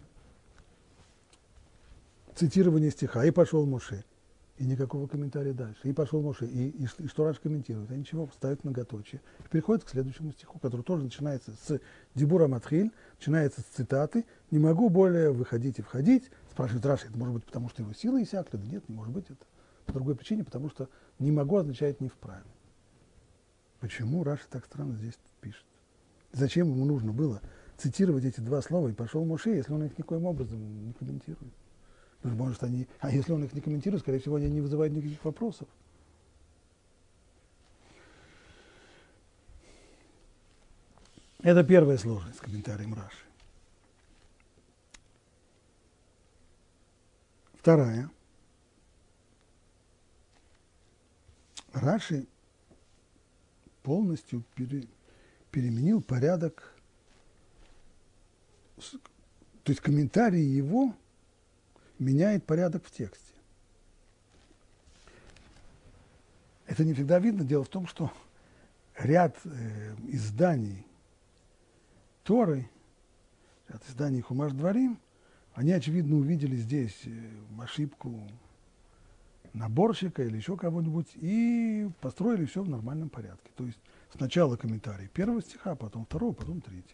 цитирование стиха: и пошел Моше, и никакого комментария дальше. И пошел Моше, и что Раши комментирует? А ничего, ставит многоточие. И переходит к следующему стиху, который тоже начинается с дибур аматхиль, начинается с цитаты: не могу более выходить и входить. Спрашивает Раши: это может быть потому, что его силы иссякли? Да нет, не может быть, это по другой причине, потому что не могу означает не вправе. Почему Раши так странно здесь пишет? Зачем ему нужно было цитировать эти два слова: и пошел Моше, если он их никоим образом не комментирует? Может, если он их не комментирует, скорее всего, они не вызывают никаких вопросов. Это первая сложность с комментарием Раши. Вторая. Раши полностью переменил порядок, то есть комментарий его меняет порядок в тексте. Это не всегда видно. Дело в том, что ряд изданий Торы, ряд изданий Хумаш Дворим, они, очевидно, увидели здесь ошибку наборщика или еще кого-нибудь и построили все в нормальном порядке. То есть сначала комментарий первого стиха, потом второго, потом третьего.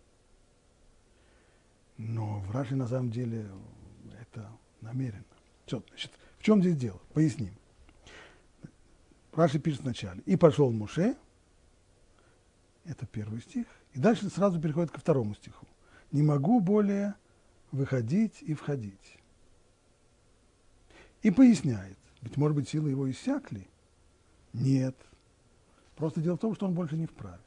Но в Раши на самом деле это намеренно. Все, значит, в чем здесь дело? Поясним. Раши пишет вначале: и пошел Моше, это первый стих, и дальше сразу переходит ко второму стиху: не могу более выходить и входить. И поясняет: ведь, может быть, силы его иссякли? Нет. Просто дело в том, что он больше не вправе.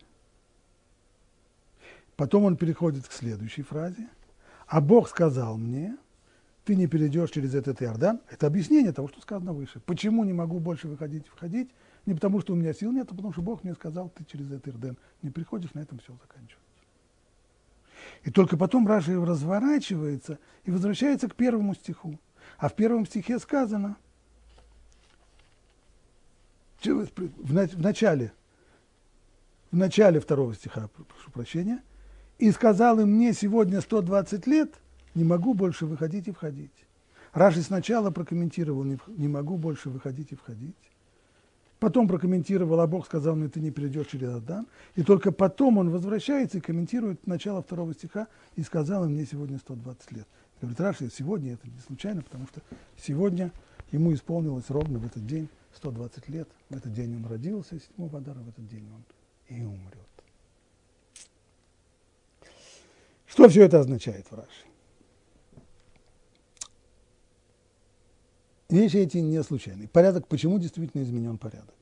Потом он переходит к следующей фразе: а Бог сказал мне: ты не перейдешь через этот Иордан. Это объяснение того, что сказано выше. Почему не могу больше выходить и входить? Не потому, что у меня сил нет, а потому, что Бог мне сказал: ты через этот Иордан не приходишь, на этом все заканчивается. И только потом Раши разворачивается и возвращается к первому стиху. А в первом стихе сказано, в начале второго стиха, прошу прощения: и сказал им: мне сегодня 120 лет, не могу больше выходить и входить. Раши сначала прокомментировал: не могу больше выходить и входить. Потом прокомментировал: а Бог сказал мне: ты не перейдешь через Иордан. И только потом он возвращается и комментирует начало второго стиха: и сказал им: мне сегодня 120 лет. Говорит Раши: сегодня это не случайно, потому что сегодня ему исполнилось ровно в этот день 120 лет. В этот день он родился, 7-го Адара, в этот день он и умрет. Что все это означает в Раши? Вещи эти не случайные. Порядок, почему действительно изменен порядок?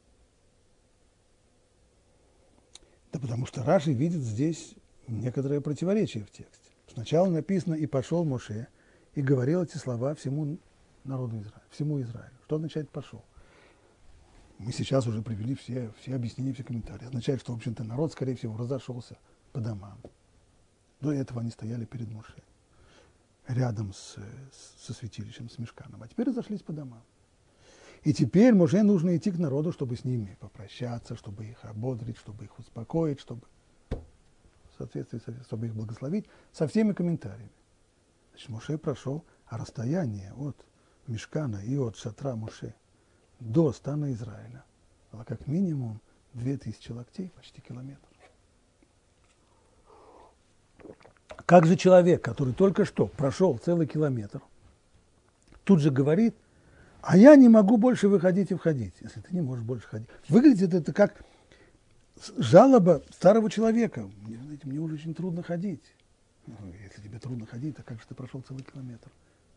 Да потому что Раши видит здесь некоторое противоречие в тексте. Сначала написано «И пошел Моше, и говорил эти слова всему народу Израиля, всему Израилю». Что означает «пошел»? Мы сейчас уже привели все объяснения, все комментарии. Означает, что, в общем-то, народ, скорее всего, разошелся по домам. До этого они стояли перед Моше, рядом со святилищем, с мишканом. А теперь разошлись по домам. И теперь Моше нужно идти к народу, чтобы с ними попрощаться, чтобы их ободрить, чтобы их успокоить, чтобы в соответствии, чтобы их благословить, со всеми комментариями. Значит, Моше прошел, а расстояние от мишкана и от шатра Моше до стана Израиля было как минимум 2000 локтей, почти километр. Как же человек, который только что прошел целый километр, тут же говорит: а я не могу больше выходить и входить, если ты не можешь больше ходить. Выглядит это как жалоба старого человека. Мне уже очень трудно ходить. Если тебе трудно ходить, то как же ты прошел целый километр?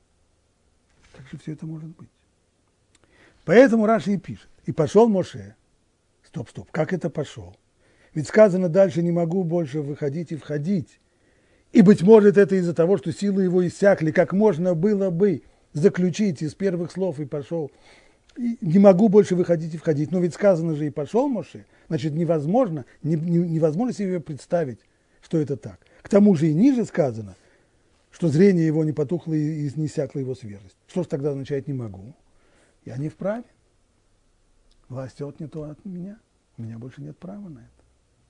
Как же все это может быть? Поэтому Раши и пишет. И пошел Моше. Стоп, как это пошел? Ведь сказано дальше: не могу больше выходить и входить. И, быть может, это из-за того, что силы его иссякли, как можно было бы заключить из первых слов «и пошел». И не могу больше выходить и входить. Но ведь сказано же «и пошел Моше». Значит, невозможно себе представить, что это так. К тому же и ниже сказано, что зрение его не потухло и не иссякла его свежесть. Что же тогда означает «не могу»? Я не вправе. Власть отнята от меня. У меня больше нет права на это.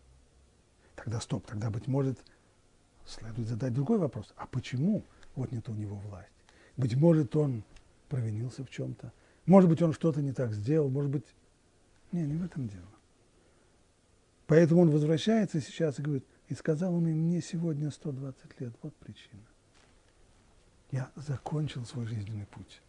Тогда, быть может, следует задать другой вопрос. А почему отнята у него власть? Быть может, он провинился в чем-то. Может быть, он что-то не так сделал. Может быть... Не в этом дело. Поэтому он возвращается сейчас и говорит: и сказал он им: мне сегодня 120 лет. Вот причина. Я закончил свой жизненный путь.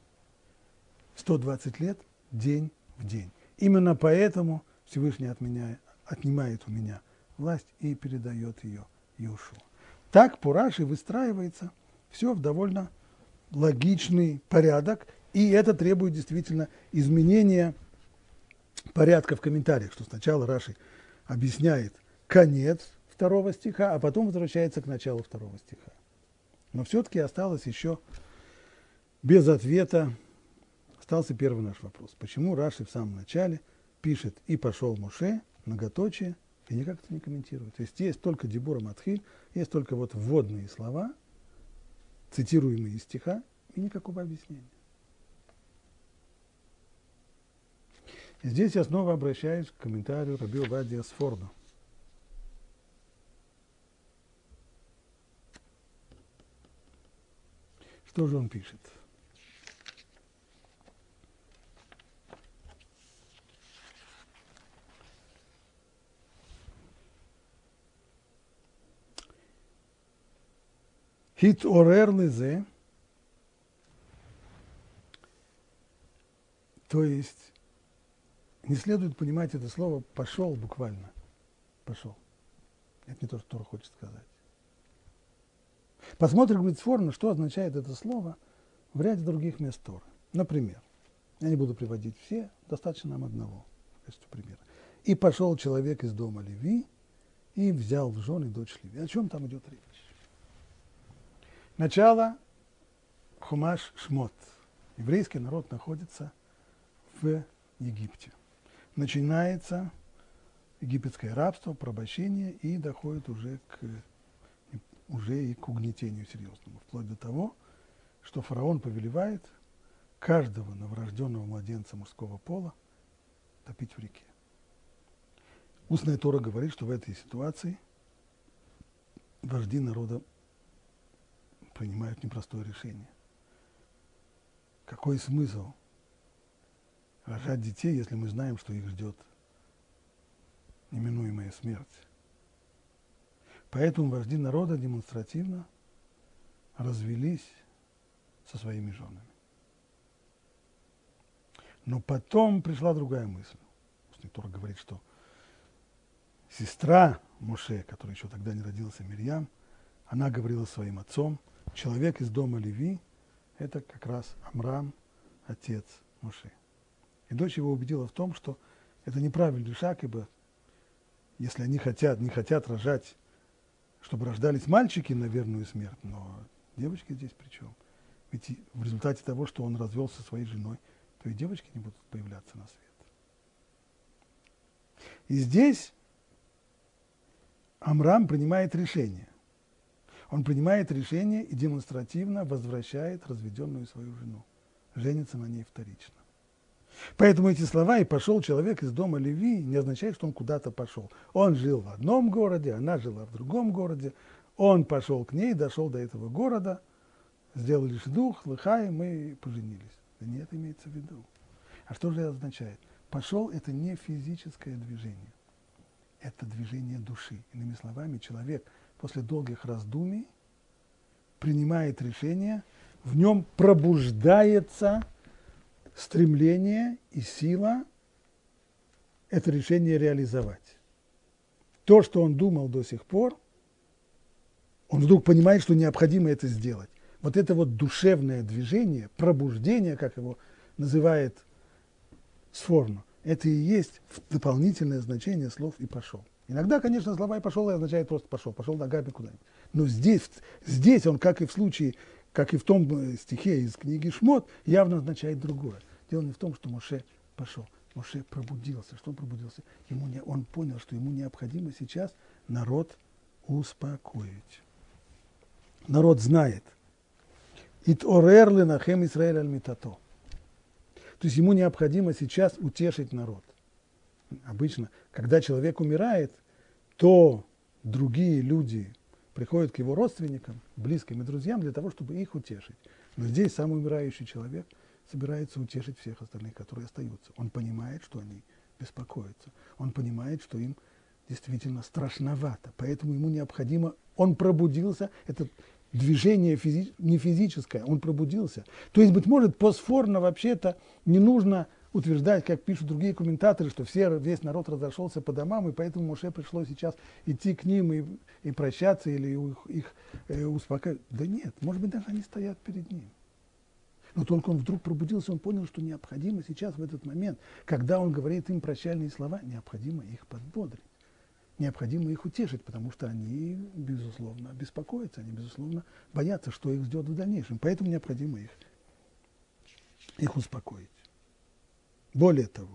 120 лет день в день. Именно поэтому Всевышний отнимает у меня власть и передает ее Йошуа. Так по Раши выстраивается все в довольно логичный порядок, и это требует действительно изменения порядка в комментариях, что сначала Раши объясняет конец 2 стиха, а потом возвращается к началу 2 стиха. Но все-таки осталось еще без ответа, остался первый наш вопрос. Почему Раши в самом начале пишет «и пошел Моше», многоточие, и никак это не комментирует. То есть только дибур матхиль, есть только вот вводные слова, цитируемые из стиха, и никакого объяснения. И здесь я снова обращаюсь к комментарию Раби Овадия Сфорда. Что же он пишет? Хит орер лизе, то есть не следует понимать это слово «пошел» буквально. Пошел. Это не то, что Тора хочет сказать. Посмотрим, говорит Сфорна, что означает это слово в ряде других мест Торы. Например, я не буду приводить все, достаточно нам одного в качестве примера. «И пошел человек из дома Леви, и взял в жены дочь Леви». О чем там идет речь? Начало Хумаш Шмот. Еврейский народ находится в Египте. Начинается египетское рабство, порабощение и доходит уже и к угнетению серьезному. Вплоть до того, что фараон повелевает каждого новорожденного младенца мужского пола топить в реке. Устная Тора говорит, что в этой ситуации вожди народа принимают непростое решение. Какой смысл рожать детей, если мы знаем, что их ждет неминуемая смерть? Поэтому вожди народа демонстративно развелись со своими женами. Но потом пришла другая мысль. Устная Тора говорит, что сестра Моше, которая еще тогда не родился, Мирьям, она говорила своим отцом, человек из дома Леви – это как раз Амрам, отец Моше. И дочь его убедила в том, что это неправильный шаг, ибо если они не хотят рожать, чтобы рождались мальчики на верную смерть, но девочки здесь при чем? Ведь в результате того, что он развелся со своей женой, то и девочки не будут появляться на свет. И здесь Амрам принимает решение. Он принимает решение и демонстративно возвращает разведенную свою жену. Женится на ней вторично. Поэтому эти слова «и пошел человек из дома Леви» не означает, что он куда-то пошел. Он жил в одном городе, она жила в другом городе. Он пошел к ней, дошел до этого города, сделали шидух, лыхаем и поженились. Да нет, имеется в виду. А что же это означает? Пошел – это не физическое движение. Это движение души. Иными словами, человек после долгих раздумий принимает решение, в нем пробуждается стремление и сила это решение реализовать. То, что он думал до сих пор, он вдруг понимает, что необходимо это сделать. Вот это вот душевное движение, пробуждение, как его называет Сфорно, это и есть дополнительное значение слов «и пошел». Иногда, конечно, слова «и пошел» означает просто пошел ногами куда-нибудь. Но здесь он, как и в случае, как и в том стихе из книги Шмот, явно означает другое. Дело не в том, что Моше пошел. Моше пробудился. Что он пробудился? Он понял, что ему необходимо сейчас народ успокоить. Народ знает. «Ит орер ленахем Исраэль аль митато». То есть ему необходимо сейчас утешить народ. Обычно, когда человек умирает, то другие люди приходят к его родственникам, близким и друзьям для того, чтобы их утешить. Но здесь сам умирающий человек собирается утешить всех остальных, которые остаются. Он понимает, что они беспокоятся. Он понимает, что им действительно страшновато. Поэтому ему необходимо, он пробудился, это движение не физическое, он пробудился. То есть, быть может, постфорно вообще-то не нужно утверждать, как пишут другие комментаторы, что весь народ разошелся по домам, и поэтому Моше пришлось сейчас идти к ним и прощаться или их успокаивать. Да нет, может быть, даже они стоят перед ним. Но только он вдруг пробудился, он понял, что необходимо сейчас, в этот момент, когда он говорит им прощальные слова, необходимо их подбодрить. Необходимо их утешить, потому что они, безусловно, беспокоятся, они, безусловно, боятся, что их ждет в дальнейшем. Поэтому необходимо их успокоить. Более того,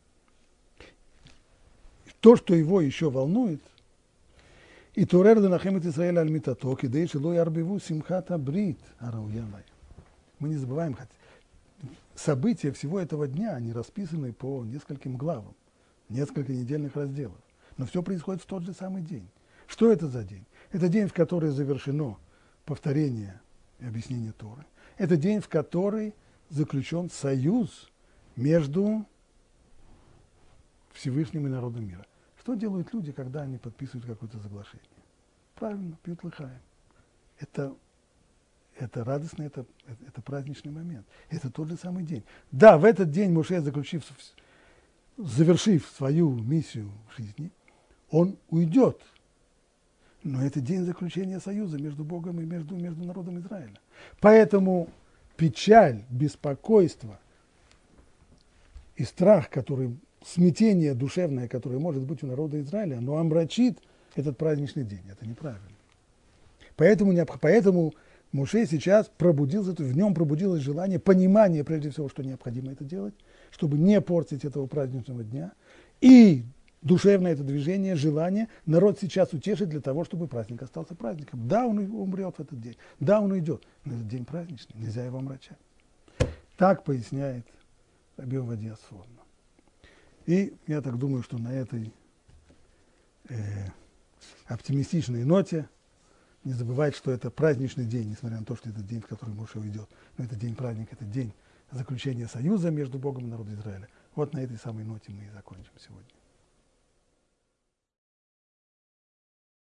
то, что его еще волнует, и турер ленахем эт Исраэль аль митато, кидей шело ярбиву симхат абрит арауя лая. Мы не забываем, события всего этого дня, они расписаны по нескольким главам, несколько недельных разделов. Но все происходит в тот же самый день. Что это за день? Это день, в который завершено повторение и объяснение Торы. Это день, в который заключен союз между Всевышним и народом мира. Что делают люди, когда они подписывают какое-то соглашение? Правильно, пьют лыхаем. Это радостный, это праздничный момент. Это тот же самый день. Да, в этот день Моше, завершив свою миссию в жизни, он уйдет. Но это день заключения союза между Богом и между народом Израиля. Поэтому печаль, беспокойство и страх, смятение душевное, которое может быть у народа Израиля, оно омрачит этот праздничный день. Это неправильно. Поэтому Моше сейчас пробудился, в нем пробудилось желание, понимание, прежде всего, что необходимо это делать, чтобы не портить этого праздничного дня, и душевное это движение, желание народ сейчас утешит для того, чтобы праздник остался праздником. Да, он умрет в этот день, да, он уйдет, но этот день праздничный, нельзя его омрачать. Так поясняет Раби Овадия Сфорно. И я так думаю, что на этой оптимистичной ноте не забывать, что это праздничный день, несмотря на то, что это день, в который Моше уйдет. Но это день праздника, это день заключения союза между Богом и народом Израиля. Вот на этой самой ноте мы и закончим сегодня.